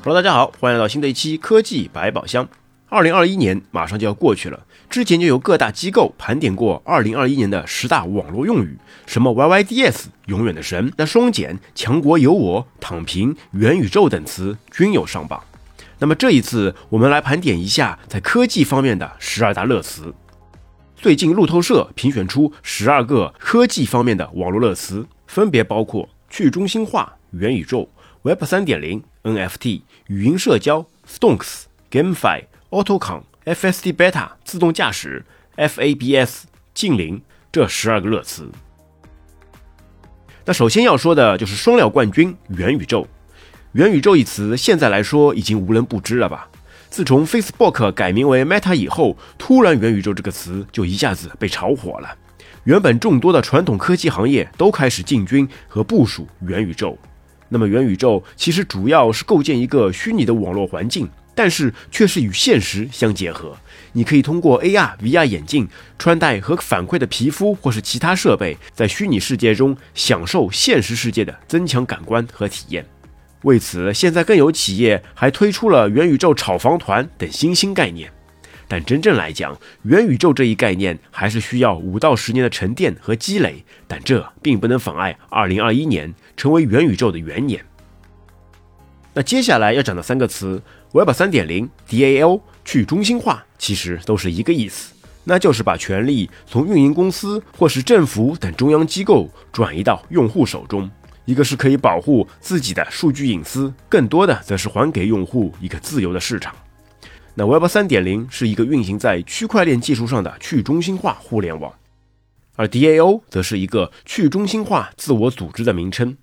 Hello， 大家好，欢迎来到新的一期科技百宝箱。2021年马上就要过去了，之前就有各大机构盘点过2021年的10大网络用语，什么 YYDS 永远的神，那双减、强国有我、躺平、元宇宙等词均有上榜。那么这一次我们来盘点一下在科技方面的12大热词。最近路透社评选出12个科技方面的网络热词，分别包括去中心化、元宇宙、Web 3.0、NFT、语音社交、Stonks、GameFi、AutoCon、FSD Beta、自动驾驶、FABS、近邻这12个热词。那首先要说的就是双料冠军元宇宙。元宇宙一词现在来说已经无人不知了吧？自从 Facebook 改名为 Meta 以后，突然元宇宙这个词就一下子被炒火了。原本众多的传统科技行业都开始进军和部署元宇宙。那么元宇宙其实主要是构建一个虚拟的网络环境，但是却是与现实相结合。你可以通过 AR、VR 眼镜、穿戴和反馈的皮肤或是其他设备，在虚拟世界中享受现实世界的增强感官和体验。为此，现在更有企业还推出了元宇宙炒房团等新兴概念。但真正来讲，元宇宙这一概念还是需要5到10年的沉淀和积累，但这并不能妨碍2021年成为元宇宙的元年。那接下来要讲的3个词 Web 3.0、DAO、去中心化其实都是一个意思，那就是把权力从运营公司或是政府等中央机构转移到用户手中。一个是可以保护自己的数据隐私，更多的则是还给用户一个自由的市场。那 Web 3.0 是一个运行在区块链技术上的去中心化互联网，而 DAO 则是一个去中心化自我组织的名称。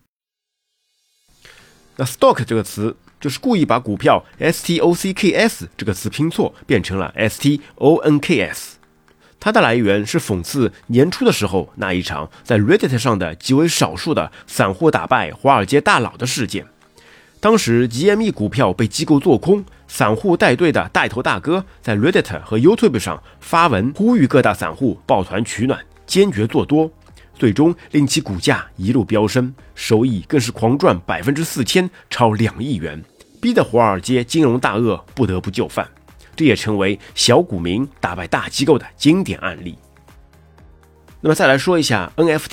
那 Stock 这个词就是故意把股票 STOCKS 这个词拼错变成了 STONKS。它的来源是讽刺年初的时候那一场在 Reddit 上的极为少数的散户打败华尔街大佬的事件。当时 GME 股票被机构做空，散户带队的带头大哥在 Reddit 和 YouTube 上发文呼吁各大散户抱团取暖，坚决做多，最终令其股价一路飙升，收益更是狂赚4000%，超2亿元，逼得华尔街金融大鳄不得不就范。这也成为小股民打败大机构的经典案例。那么再来说一下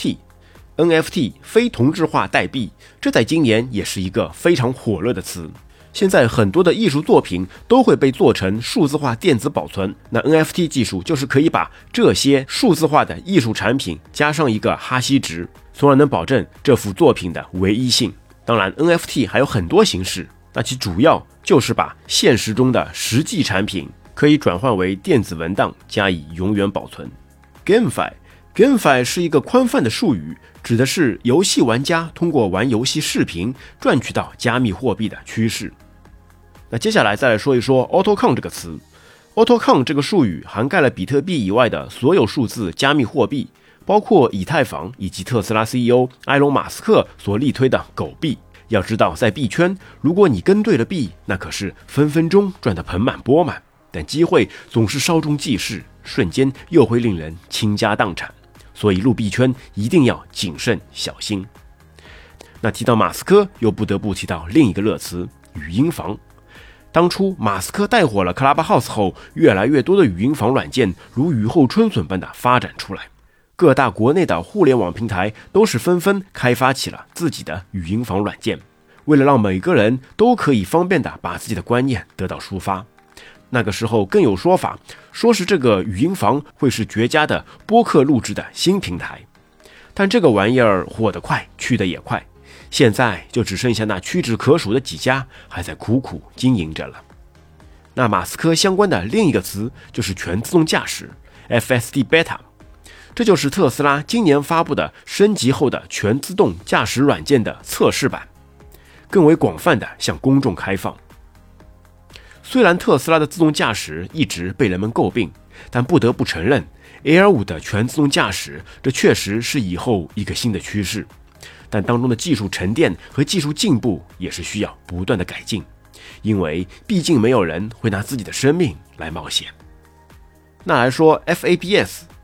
NFT 非同质化代币，这在今年也是一个非常火热的词。现在很多的艺术作品都会被做成数字化电子保存，那 NFT 技术就是可以把这些数字化的艺术产品加上一个哈希值，从而能保证这幅作品的唯一性。当然 NFT 还有很多形式，那其主要就是把现实中的实际产品可以转换为电子文档加以永远保存。GameFi 是一个宽泛的术语，指的是游戏玩家通过玩游戏视频赚取到加密货币的趋势。那接下来再来说一说 AutoCon 这个词。AutoCon 这个术语涵盖了比特币以外的所有数字加密货币，包括以太坊以及特斯拉 CEO 埃隆·马斯克所力推的狗币。要知道，在币圈，如果你跟对了币，那可是分分钟赚得盆满钵满，但机会总是稍纵即逝，瞬间又会令人倾家荡产，所以入币圈一定要谨慎小心。那提到马斯克，又不得不提到另一个热词语音房。当初马斯克带火了 Clubhouse 后，越来越多的语音房软件如雨后春笋般的发展出来，各大国内的互联网平台都是纷纷开发起了自己的语音房软件，为了让每个人都可以方便的把自己的观念得到抒发。那个时候更有说法，说是这个语音房会是绝佳的播客录制的新平台。但这个玩意儿火得快，去得也快，现在就只剩下那屈指可数的几家还在苦苦经营着了。那马斯克相关的另一个词就是全自动驾驶 FSD Beta，这就是特斯拉今年发布的升级后的全自动驾驶软件的测试版，更为广泛的向公众开放。虽然特斯拉的自动驾驶一直被人们诟病，但不得不承认 L5 的全自动驾驶这确实是以后一个新的趋势，但当中的技术沉淀和技术进步也是需要不断的改进，因为毕竟没有人会拿自己的生命来冒险。那来说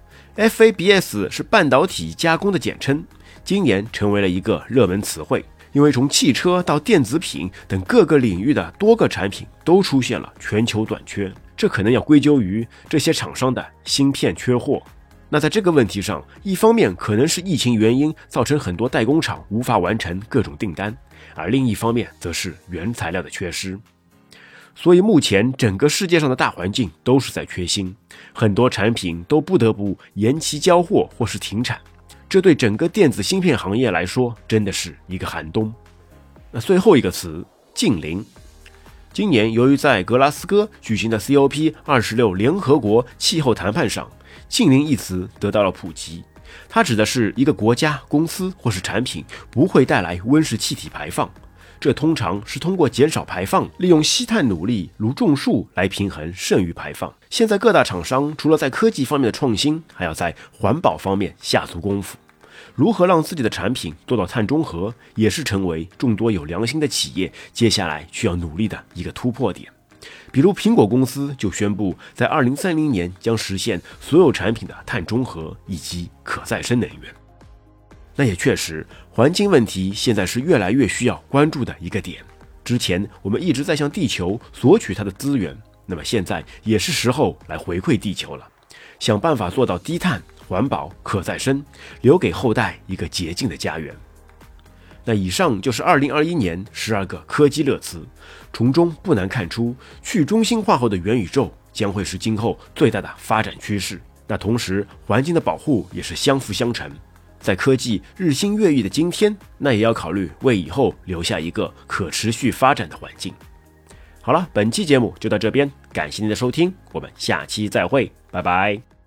FABS 是半导体加工的简称，今年成为了一个热门词汇， 因为从汽车到电子品等各个领域的多个产品都出现了全球短缺，这可能要归咎于这些厂商的芯片缺货。那在这个问题上，一方面可能是疫情原因造成很多代工厂无法完成各种订单，而另一方面则是原材料的缺失。所以目前整个世界上的大环境都是在缺芯，很多产品都不得不延期交货或是停产，这对整个电子芯片行业来说真的是一个寒冬。那最后一个词，近邻。今年由于在格拉斯哥举行的 COP26 联合国气候谈判上，近邻一词得到了普及，它指的是一个国家、公司或是产品不会带来温室气体排放，这通常是通过减少排放，利用吸碳努力如种树来平衡剩余排放。现在各大厂商除了在科技方面的创新，还要在环保方面下足功夫。如何让自己的产品做到碳中和，也是成为众多有良心的企业接下来需要努力的一个突破点。比如苹果公司就宣布在2030年将实现所有产品的碳中和以及可再生能源。那也确实，环境问题现在是越来越需要关注的一个点。之前我们一直在向地球索取它的资源，那么现在也是时候来回馈地球了，想办法做到低碳、环保、可再生，留给后代一个洁净的家园。那以上就是2021年12个科技热词，从中不难看出，去中心化后的元宇宙将会是今后最大的发展趋势。那同时，环境的保护也是相辅相成。在科技日新月异的今天，那也要考虑为以后留下一个可持续发展的环境。好了，本期节目就到这边，感谢您的收听，我们下期再会，拜拜。